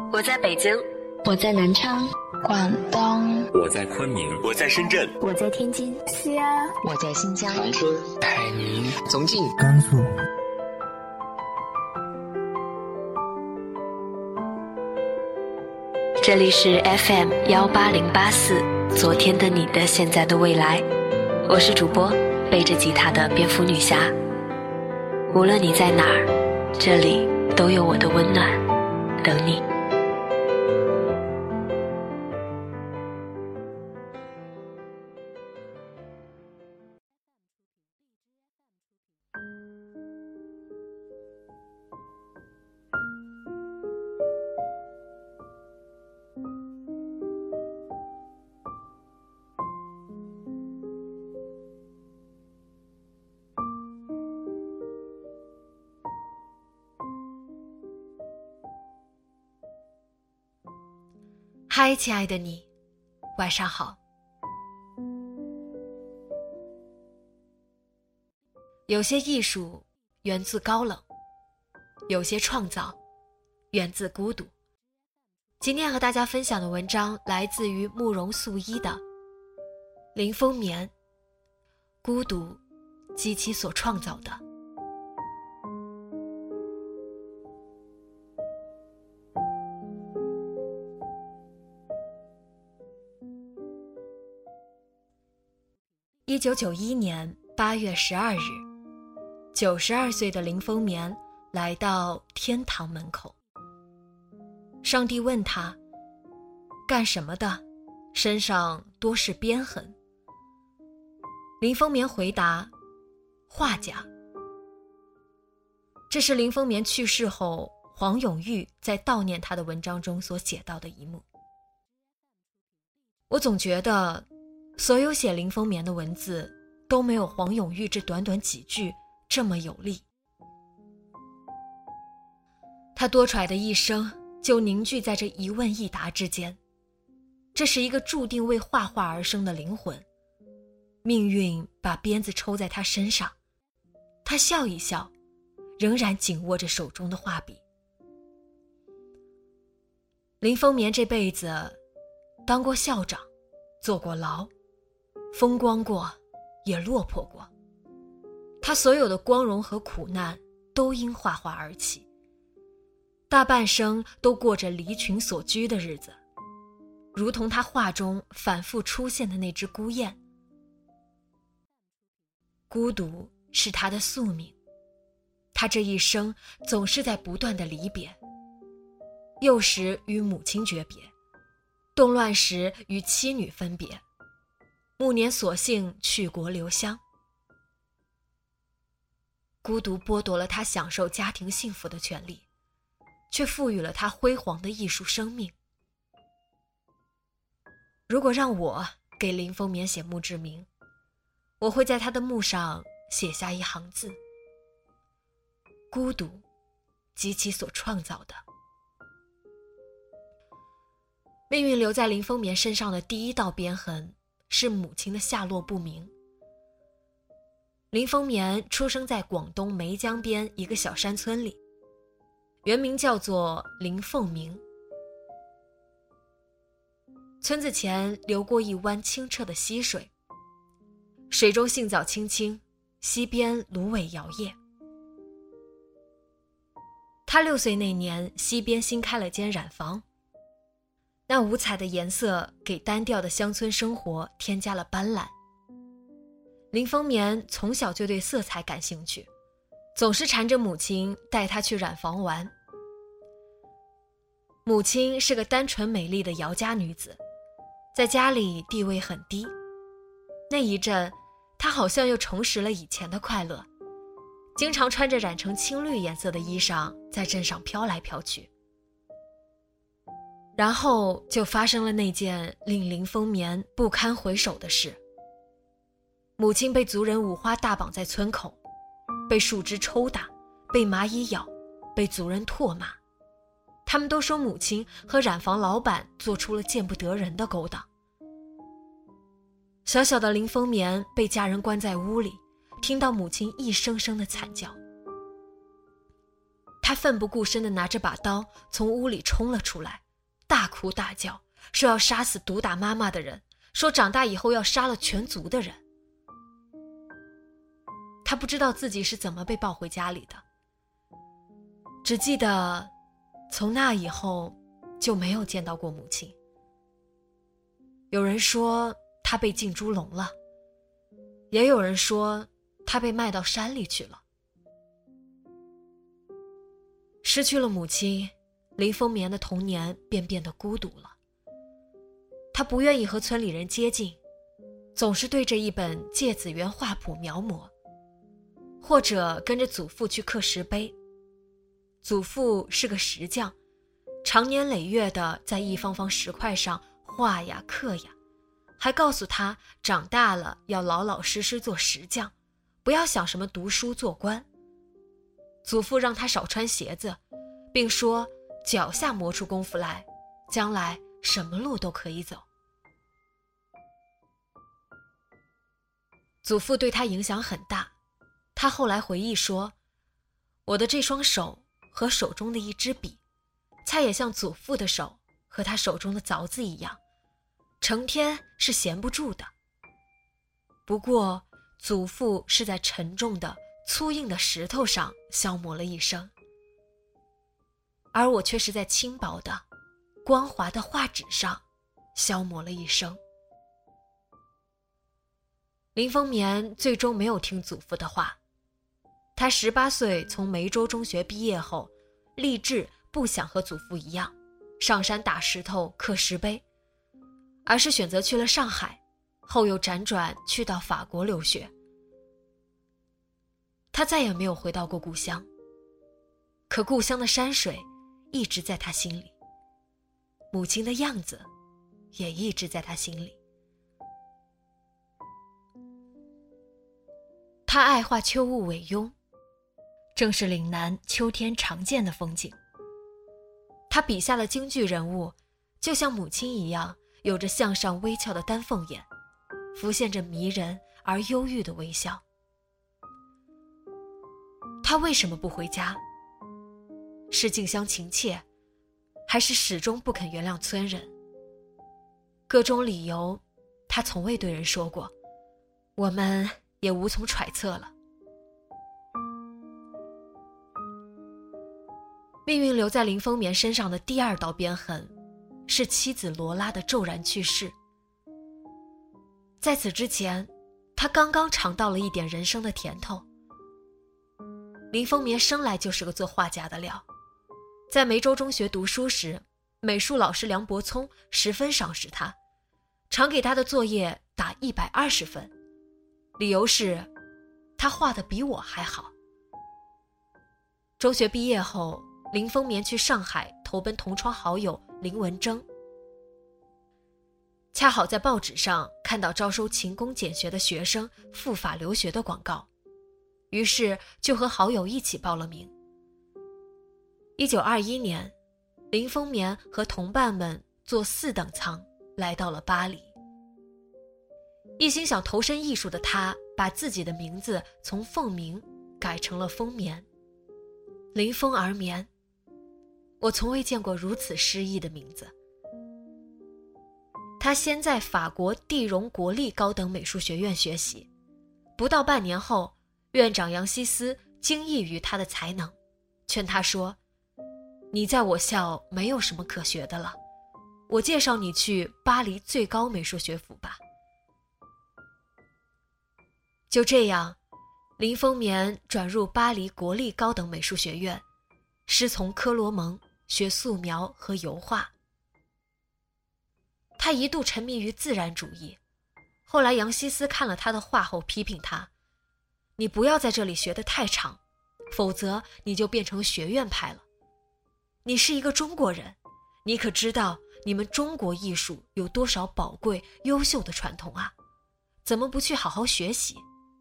我在北京， 我在南昌， 广东， 我在昆明， 我在深圳， 我在天津， 西安， 我在新疆， 长春， 海宁，重庆， 甘肃。 这里是 FM18084，昨天的你的现在的未来，我是主播背着吉他的蝙蝠女侠。无论你在哪儿，这里都有我的温暖等你。 嗨，亲爱的你，晚上好。有些艺术源自高冷，有些创造源自孤独。今天和大家分享的文章来自于慕容素一的林风眠，孤独及其所创造的。1991年8月12日，92岁的林风眠来到天堂门口。上帝问他：干什么的？身上多是鞭痕。林风眠回答：画家。这是林风眠去世后黄永玉在悼念他的文章中所写到的一幕。我总觉得所有写林风眠的文字都没有黄永玉这短短几句这么有力。他多舛的一生就凝聚在这一问一答之间，这是一个注定为画画而生的灵魂。命运把鞭子抽在他身上，他笑一笑，仍然紧握着手中的画笔。林风眠这辈子当过校长，坐过牢，风光过，也落魄过。他所有的光荣和苦难都因画画而起，大半生都过着离群所居的日子，如同他画中反复出现的那只孤雁。孤独是他的宿命，他这一生总是在不断的离别，幼时与母亲诀别，动乱时与妻女分别，暮年索性去国留乡。孤独剥夺了他享受家庭幸福的权利，却赋予了他辉煌的艺术生命。如果让我给林风眠写墓志铭，我会在他的墓上写下一行字：孤独及其所创造的。命运留在林风眠身上的第一道鞭痕是母亲的下落不明。林风眠出生在广东梅江边一个小山村里，原名叫做林凤鸣。村子前流过一湾清澈的溪水，水中杏枣青青，溪边芦苇摇曳。他6岁那年，溪边新开了间染坊，那五彩的颜色给单调的乡村生活添加了斑斓。林风眠从小就对色彩感兴趣，总是缠着母亲带他去染坊玩。母亲是个单纯美丽的姚家女子，在家里地位很低。那一阵，她好像又重拾了以前的快乐，经常穿着染成青绿颜色的衣裳在镇上飘来飘去。然后就发生了那件令林风眠不堪回首的事。母亲被族人五花大绑在村口，被树枝抽打，被蚂蚁咬，被族人唾骂。他们都说母亲和染坊老板做出了见不得人的勾当。小小的林风眠被家人关在屋里，听到母亲一声声的惨叫。 他奋不顾身地拿着把刀从屋里冲了出来，大哭大叫，说要杀死毒打妈妈的人，说长大以后要杀了全族的人。他不知道自己是怎么被抱回家里的，只记得从那以后就没有见到过母亲。有人说他被浸猪笼了，也有人说他被卖到山里去了。失去了母亲，林风眠的童年便变得孤独了。他不愿意和村里人接近，总是对着一本芥子园画谱描摹，或者跟着祖父去刻石碑。祖父是个石匠，长年累月地在一方方石块上画呀刻呀，还告诉他长大了要老老实实做石匠，不要想什么读书做官。祖父让他少穿鞋子，并说脚下磨出功夫来，将来什么路都可以走。祖父对他影响很大，他后来回忆说，我的这双手和手中的一支笔，恰也像祖父的手和他手中的凿子一样，成天是闲不住的。不过祖父是在沉重的粗硬的石头上消磨了一生，而我却是在轻薄的光滑的画纸上消磨了一生。林风眠最终没有听祖父的话，他18岁从梅州中学毕业后，立志不想和祖父一样上山打石头刻石碑，而是选择去了上海，后又辗转去到法国留学。他再也没有回到过故乡，可故乡的山水一直在他心里，母亲的样子也一直在他心里。他爱画秋雾伟庸，正是岭南秋天常见的风景。他笔下的京剧人物就像母亲一样，有着向上微翘的丹凤眼，浮现着迷人而忧郁的微笑。他为什么不回家？是近乡情切，还是始终不肯原谅村人？各种理由他从未对人说过，我们也无从揣测了。命运留在林风眠身上的第二道鞭痕，是妻子罗拉的骤然去世。在此之前，他刚刚尝到了一点人生的甜头。林风眠生来就是个做画家的料，在梅州中学读书时，美术老师梁伯聪十分赏识他，常给他的作业打120分，理由是他画得比我还好。中学毕业后，林风眠去上海投奔同窗好友林文征，恰好在报纸上看到招收勤工俭学的学生赴法留学的广告，于是就和好友一起报了名。1921年，林风眠和同伴们坐4等舱来到了巴黎。一心想投身艺术的他，把自己的名字从凤鸣改成了风眠。临风而眠，我从未见过如此诗意的名字。他先在法国蒂荣国立高等美术学院学习，不到半年后，院长杨希思惊异于他的才能，劝他说，你在我校没有什么可学的了，我介绍你去巴黎最高美术学府吧。就这样，林风眠转入巴黎国立高等美术学院，师从科罗蒙，学素描和油画。他一度沉迷于自然主义，后来杨希思看了他的画后批评他，你不要在这里学得太长，否则你就变成学院派了。你是一个中国人，你可知道你们中国艺术有多少宝贵优秀的传统啊？怎么不去好好学习？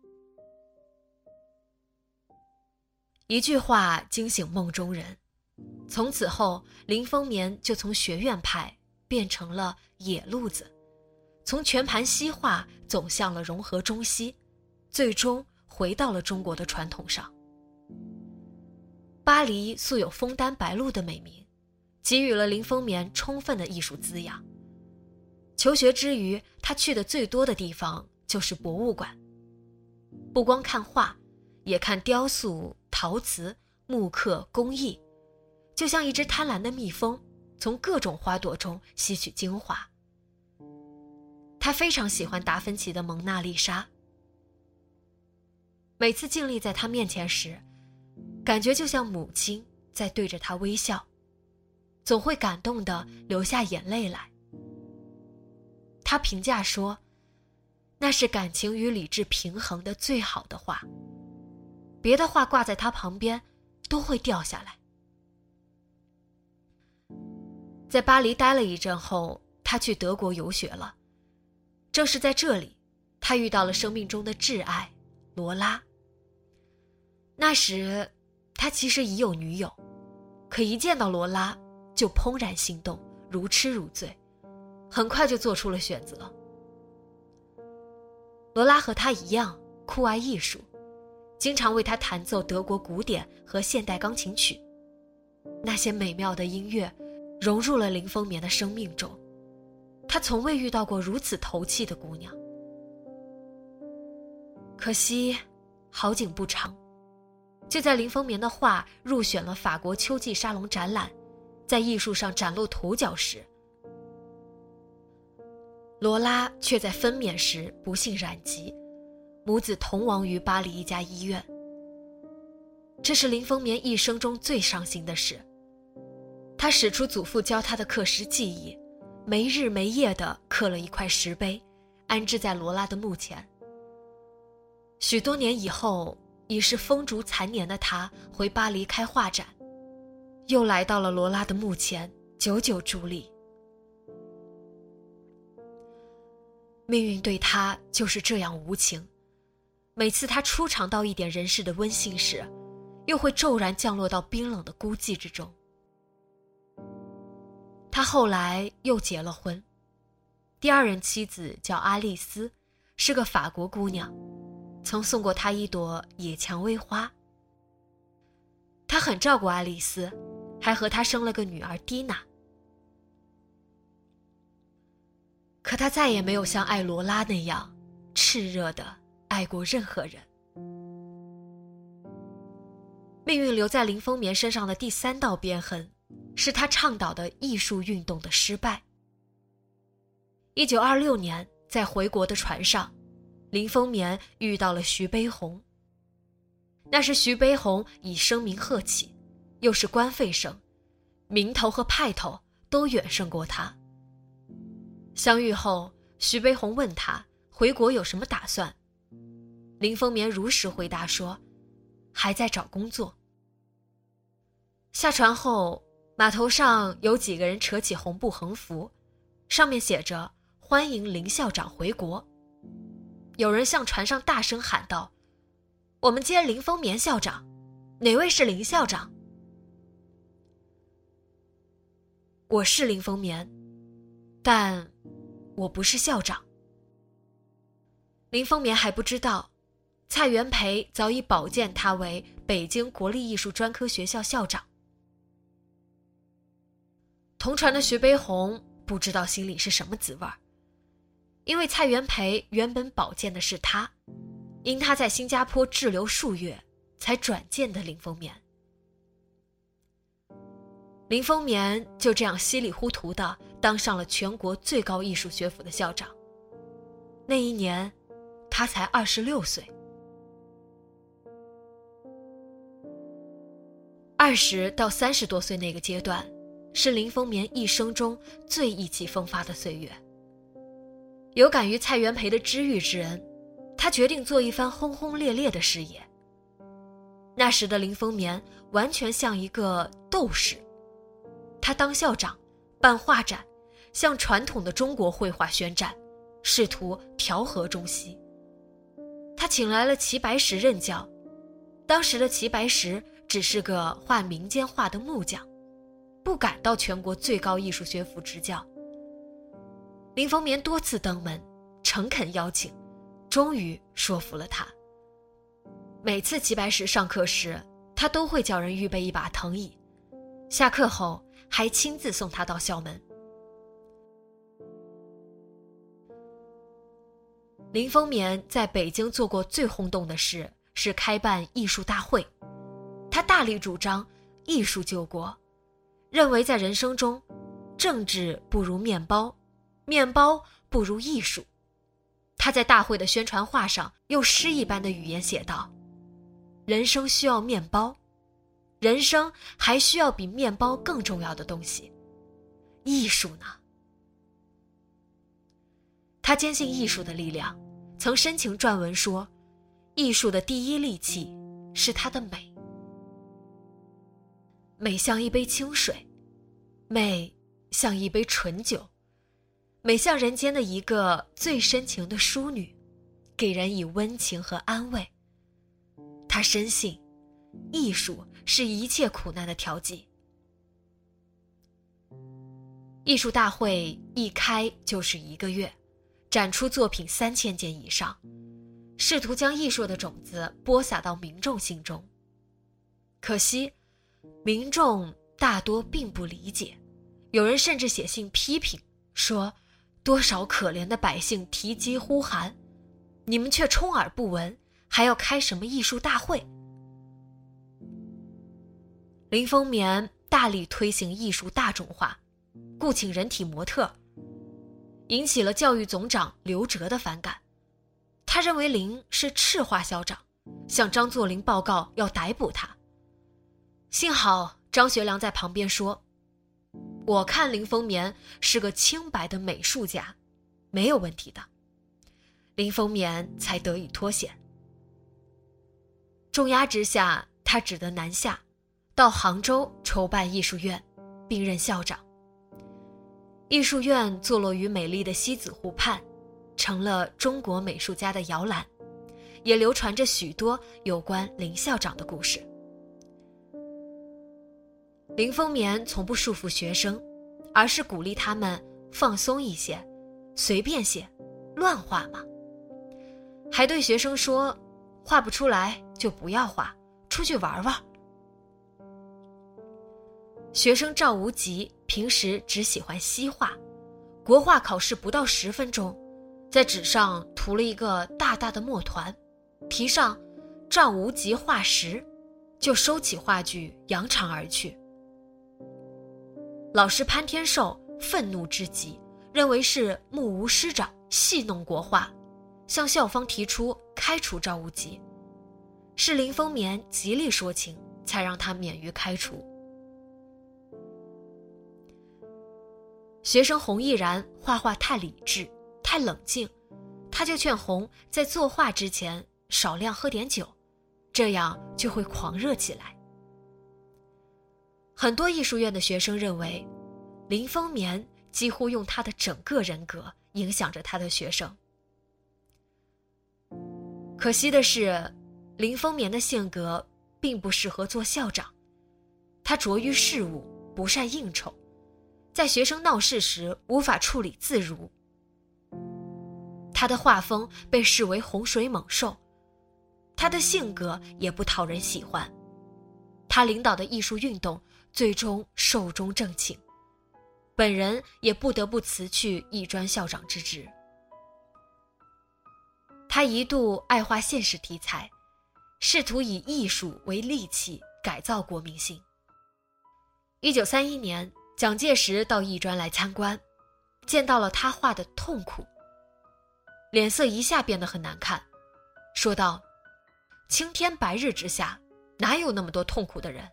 一句话惊醒梦中人，从此后林风眠就从学院派变成了野路子，从全盘西化走向了融合中西，最终回到了中国的传统上。 巴黎素有枫丹白露的美名，给予了林风眠充分的艺术滋养。求学之余，他去的最多的地方就是博物馆，不光看画，也看雕塑、陶瓷、木刻、工艺，就像一只贪婪的蜜蜂，从各种花朵中吸取精华。他非常喜欢达芬奇的蒙娜丽莎，每次静立在他面前时，感觉就像母亲在对着他微笑，总会感动地流下眼泪来。他评价说，那是感情与理智平衡的最好的画，别的画挂在他旁边都会掉下来。在巴黎待了一阵后，他去德国游学了。正是在这里，他遇到了生命中的挚爱罗拉。那时他其实已有女友，可一见到罗拉就怦然心动，如痴如醉，很快就做出了选择。罗拉和他一样酷爱艺术，经常为他弹奏德国古典和现代钢琴曲，那些美妙的音乐融入了林风眠的生命中，他从未遇到过如此投契的姑娘。可惜好景不长，就在林风眠的画入选了法国秋季沙龙展览，在艺术上崭露头角时，罗拉却在分娩时不幸染疾，母子同亡于巴黎一家医院。这是林风眠一生中最伤心的事。他使出祖父教他的刻石技艺，没日没夜地刻了一块石碑，安置在罗拉的墓前。许多年以后，已是风烛残年的他回巴黎开画展，又来到了罗拉的墓前，久久伫立。命运对他就是这样无情，每次他初尝到一点人世的温馨时，又会骤然降落到冰冷的孤寂之中。他后来又结了婚，第二任妻子叫阿丽丝，是个法国姑娘，曾送过他一朵野蔷薇花。他很照顾阿丽丝，还和她生了个女儿蒂娜。可他再也没有像爱罗拉那样炽热地爱过任何人。命运留在林风眠身上的第三道鞭痕，是他倡导的艺术运动的失败。1926年，在回国的船上，林风眠遇到了徐悲鸿。那时徐悲鸿已声名鹤起，又是官费生，名头和派头都远胜过他。相遇后，徐悲鸿问他回国有什么打算，林风眠如实回答说，还在找工作。下船后，码头上有几个人扯起红布横幅，上面写着欢迎林校长回国。有人向船上大声喊道，我们接林风眠校长，哪位是林校长？我是林风眠，但我不是校长。林风眠还不知道，蔡元培早已保荐他为北京国立艺术专科学校校长。同船的徐悲鸿不知道心里是什么滋味，因为蔡元培原本保荐的是他，因他在新加坡滞留数月才转荐的林风眠。林风眠就这样稀里糊涂地当上了全国最高艺术学府的校长。那一年他才26岁。20到30多岁那个阶段，是林风眠一生中最意气风发的岁月。有感于蔡元培的知遇之恩，他决定做一番轰轰烈烈的事业。那时的林风眠完全像一个斗士，他当校长，办画展，向传统的中国绘画宣战，试图调和中西。他请来了齐白石任教，当时的齐白石只是个画民间画的木匠，不敢到全国最高艺术学府执教。林风眠多次登门，诚恳邀请，终于说服了他。每次齐白石上课时， 他都会叫人预备一把藤椅，下课后还亲自送他到校门。林风眠在北京做过最轰动的事是开办艺术大会，他大力主张艺术救国，认为在人生中，政治不如面包，面包不如艺术。他在大会的宣传画上用诗一般的语言写道：人生需要面包，人生还需要比面包更重要的东西，艺术呢？他坚信艺术的力量，曾深情撰文说，艺术的第一利器是它的美。美像一杯清水，美像一杯醇酒，美像人间的一个最深情的淑女，给人以温情和安慰。他深信，艺术是一切苦难的调剂。艺术大会一开就是1个月，展出作品3000件以上，试图将艺术的种子播撒到民众心中。可惜，民众大多并不理解，有人甚至写信批评，说多少可怜的百姓啼饥呼寒，你们却充耳不闻，还要开什么艺术大会？林风眠大力推行艺术大众化，雇请人体模特，引起了教育总长刘哲的反感。他认为林是赤化校长，向张作霖报告要逮捕他。幸好张学良在旁边说，我看林风眠是个清白的美术家，没有问题的。林风眠才得以脱险。重压之下，他只得南下，到杭州筹办艺术院，并任校长。艺术院坐落于美丽的西子湖畔，成了中国美术家的摇篮，也流传着许多有关林校长的故事。林风眠从不束缚学生，而是鼓励他们放松一些，随便写，乱画嘛。还对学生说，画不出来就不要画，出去玩玩。学生赵无极平时只喜欢西画，国画考试不到10分钟，在纸上涂了一个大大的墨团，题上赵无极画10，就收起画具扬长而去。老师潘天寿愤怒至极，认为是目无师长戏弄国画，向校方提出开除赵无极。是林风眠极力说情，才让他免于开除。学生洪毅然画画太理智太冷静，他就劝洪在作画之前少量喝点酒，这样就会狂热起来。很多艺术院的学生认为，林风眠几乎用他的整个人格影响着他的学生。可惜的是，林风眠的性格并不适合做校长，他拙于事务，不善应酬，在学生闹事时无法处理自如。他的画风被视为洪水猛兽，他的性格也不讨人喜欢，他领导的艺术运动最终寿终正寝，本人也不得不辞去艺专校长之职。他一度爱画现实题材，试图以艺术为利器改造国民性。1931年，蒋介石到艺专来参观，见到了他画的痛苦，脸色一下变得很难看，说道：青天白日之下，哪有那么多痛苦的人？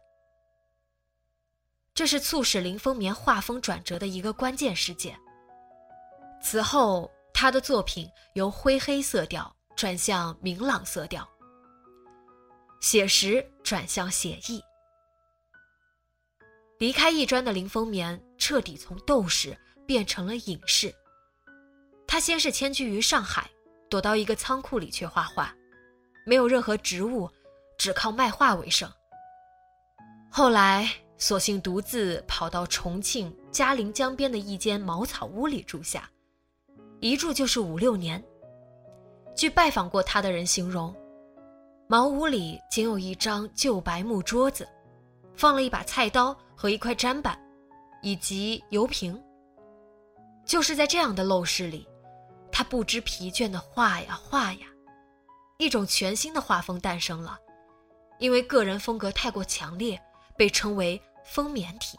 这是促使林风眠画风转折的一个关键事件。此后，他的作品由灰黑色调转向明朗色调，写实转向写意。离开艺专的林风眠彻底从斗士变成了隐士。他先是迁居于上海，躲到一个仓库里去画画，没有任何职务，只靠卖画为生。后来索性独自跑到重庆嘉陵江边的一间茅草屋里住下，一住就是5、6年。据拜访过他的人形容， 茅屋里仅有一张旧白木桌子，放了一把菜刀和一块砧板，以及油瓶。就是在这样的陋室里，他不知疲倦地画呀画呀，一种全新的画风诞生了，因为个人风格太过强烈，被称为丰棉体。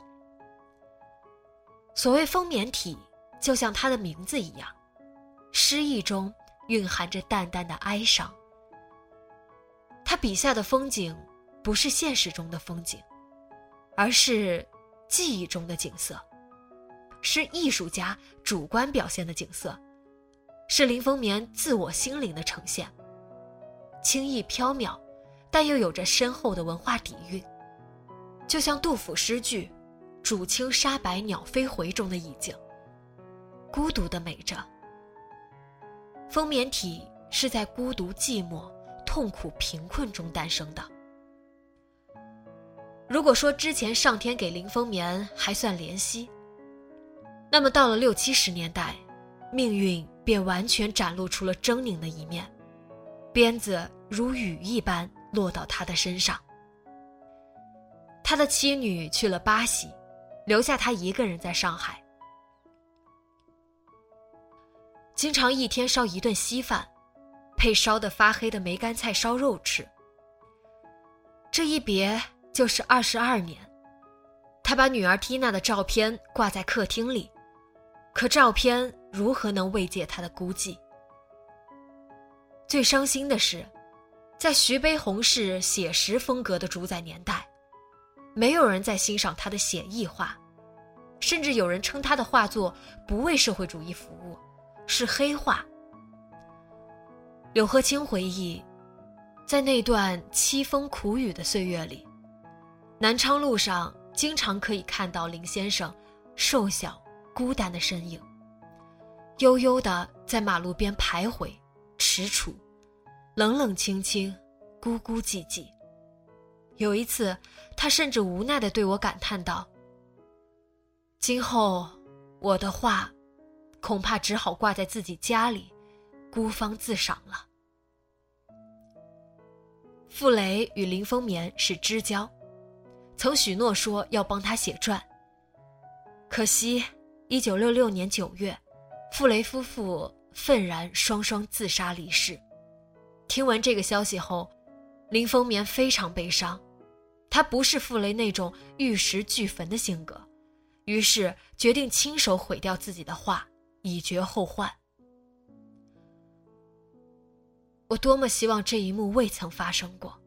所谓丰棉体，就像它的名字一样，诗意中蕴含着淡淡的哀伤。他笔下的风景不是现实中的风景，而是记忆中的景色，是艺术家主观表现的景色，是林风眠自我心灵的呈现，轻易飘渺，但又有着深厚的文化底蕴，就像杜甫诗句“渚清沙白鸟飞回”中的意境，孤独地美着。丰棉体是在孤独寂寞痛苦贫困中诞生的。如果说之前上天给林风眠还算怜惜，那么到了60、70年代，命运便完全展露出了狰狞的一面，鞭子如雨一般落到他的身上。他的妻女去了巴西，留下他一个人在上海，经常一天烧一顿稀饭，配烧得发黑的梅干菜烧肉吃。这一别就是22年，他把女儿缇娜的照片挂在客厅里，可照片如何能慰藉他的孤寂？最伤心的是，在徐悲鸿式写实风格的主宰年代，没有人在欣赏他的写意画，甚至有人称他的画作不为社会主义服务，是黑画。柳鹤清回忆，在那段凄风苦雨的岁月里，南昌路上经常可以看到林先生瘦小孤单的身影，悠悠地在马路边徘徊踟蹰，冷冷清清，孤孤寂寂。有一次，他甚至无奈地对我感叹道：今后我的画恐怕只好挂在自己家里，孤芳自赏了。傅雷与林风眠是知交，曾许诺说要帮他写传。可惜1966年9月，傅雷夫妇愤然双双自杀离世。听闻这个消息后，林风眠非常悲伤，他不是傅雷那种玉石俱焚的性格，于是决定亲手毁掉自己的画，以绝后患。我多么希望这一幕未曾发生过。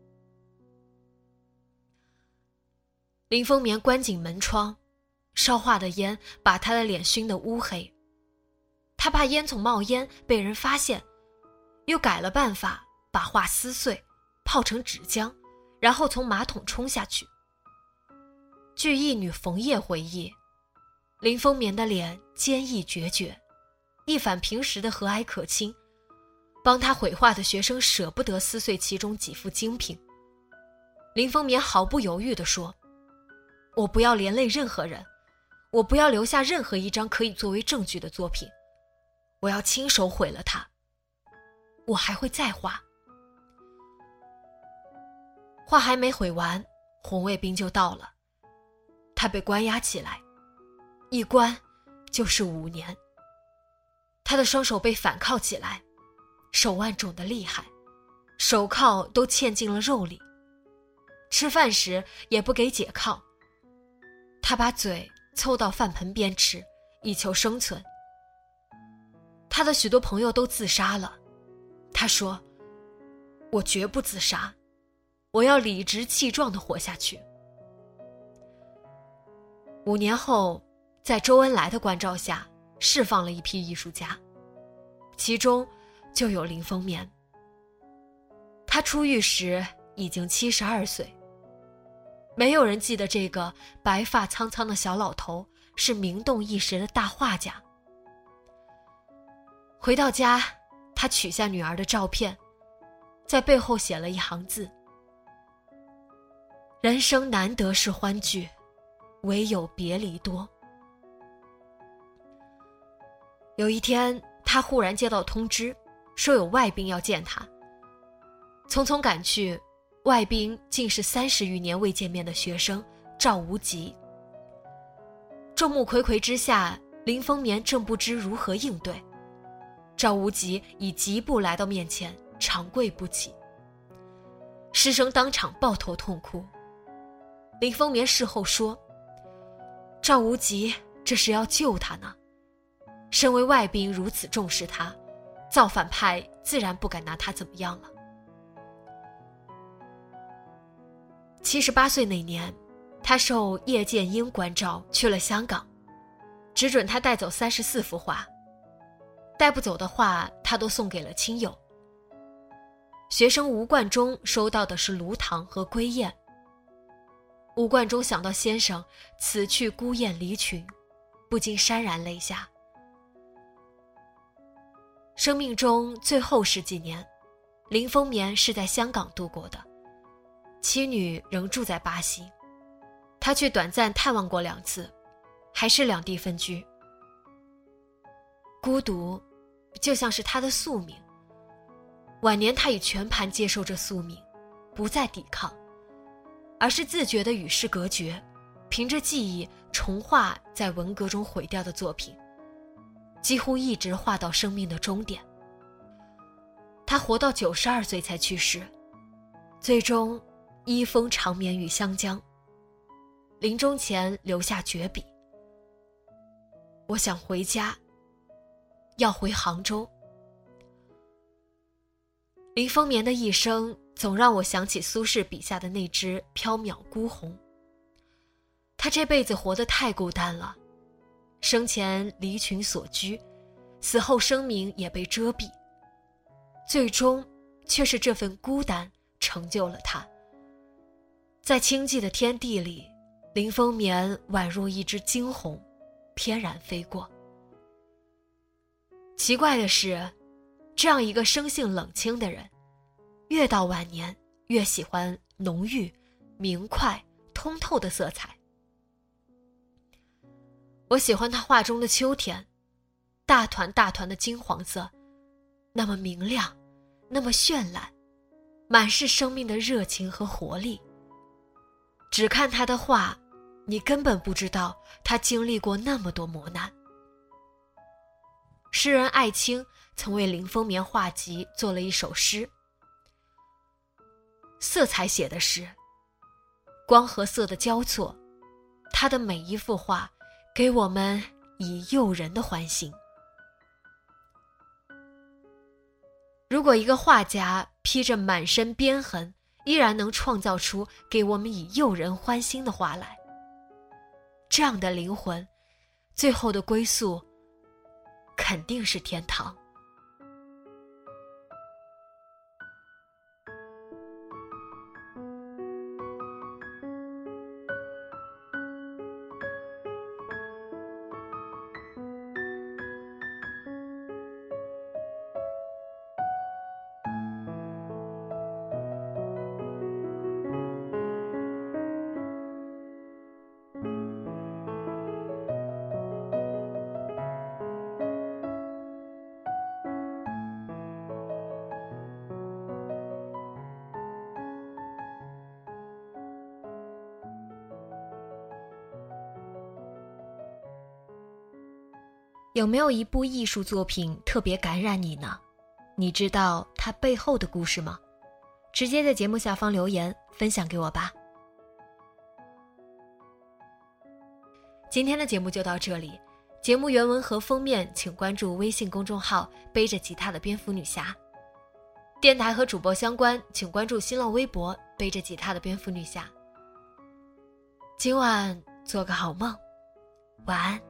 林风眠关紧门窗，烧化的烟把他的脸熏得乌黑。他怕烟囱冒烟被人发现，又改了办法，把画撕碎，泡成纸浆，然后从马桶冲下去。据义女冯叶回忆，林风眠的脸坚毅决绝，一反平时的和蔼可亲，帮他绘画的学生舍不得撕碎其中几幅精品。林风眠毫不犹豫地说：我不要连累任何人，我不要留下任何一张可以作为证据的作品，我要亲手毁了它，我还会再画。画还没毁完，红卫兵就到了，他被关押起来，一关就是5年。他的双手被反铐起来，手腕肿得厉害，手铐都嵌进了肉里，吃饭时也不给解铐，他把嘴凑到饭盆边吃，以求生存。他的许多朋友都自杀了，他说：我绝不自杀，我要理直气壮地活下去。5年后，在周恩来的关照下，释放了一批艺术家，其中就有林风眠。他出狱时已经72岁，没有人记得这个白发苍苍的小老头是名动一时的大画家。回到家，他取下女儿的照片，在背后写了一行字：人生难得是欢聚，唯有别离多。有一天，他忽然接到通知，说有外宾要见他。 匆匆赶去，外宾竟是30余年未见面的学生赵无极。众目睽睽之下，林风眠正不知如何应对。赵无极以疾步来到面前，长跪不起。师生当场抱头痛哭。林风眠事后说，赵无极这是要救他呢，身为外宾如此重视他，造反派自然不敢拿他怎么样了。78岁那年，他受叶剑英关照去了香港，只准他带走34幅画，带不走的画他都送给了亲友。学生吴冠中收到的是炉糖和归雁。吴冠中想到先生此去孤雁离群，不禁潸然泪下。生命中最后10几年，林风眠是在香港度过的，妻女仍住在巴西。他去短暂探望过2次，还是两地分居。孤独就像是他的宿命，晚年他已全盘接受这宿命，不再抵抗，而是自觉地与世隔绝，凭着记忆重画在文革中毁掉的作品，几乎一直画到生命的终点。他活到92岁才去世，最终一封长眠于湘江。临终前留下绝笔：我想回家，要回杭州。林风眠的一生总让我想起苏轼笔下的那只缥缈孤鸿。他这辈子活得太孤单了，生前离群所居，死后声名也被遮蔽，最终却是这份孤单成就了他。在清寂的天地里，林风眠宛若一只惊鸿，翩然飞过。奇怪的是，这样一个生性冷清的人，越到晚年越喜欢浓郁、明快、通透的色彩。我喜欢他画中的秋天，大团大团的金黄色，那么明亮，那么绚烂，满是生命的热情和活力。只看他的画，你根本不知道他经历过那么多磨难。诗人艾青曾为林风眠画集做了一首诗，色彩写的是光和色的交错，他的每一幅画给我们以诱人的欢欣。如果一个画家披着满身鞭痕，依然能创造出给我们以诱人欢欣的画来，这样的灵魂，最后的归宿肯定是天堂。有没有一部艺术作品特别感染你呢？你知道它背后的故事吗？直接在节目下方留言分享给我吧。今天的节目就到这里，节目原文和封面请关注微信公众号背着吉他的蝙蝠女侠，电台和主播相关请关注新浪微博背着吉他的蝙蝠女侠。今晚做个好梦，晚安。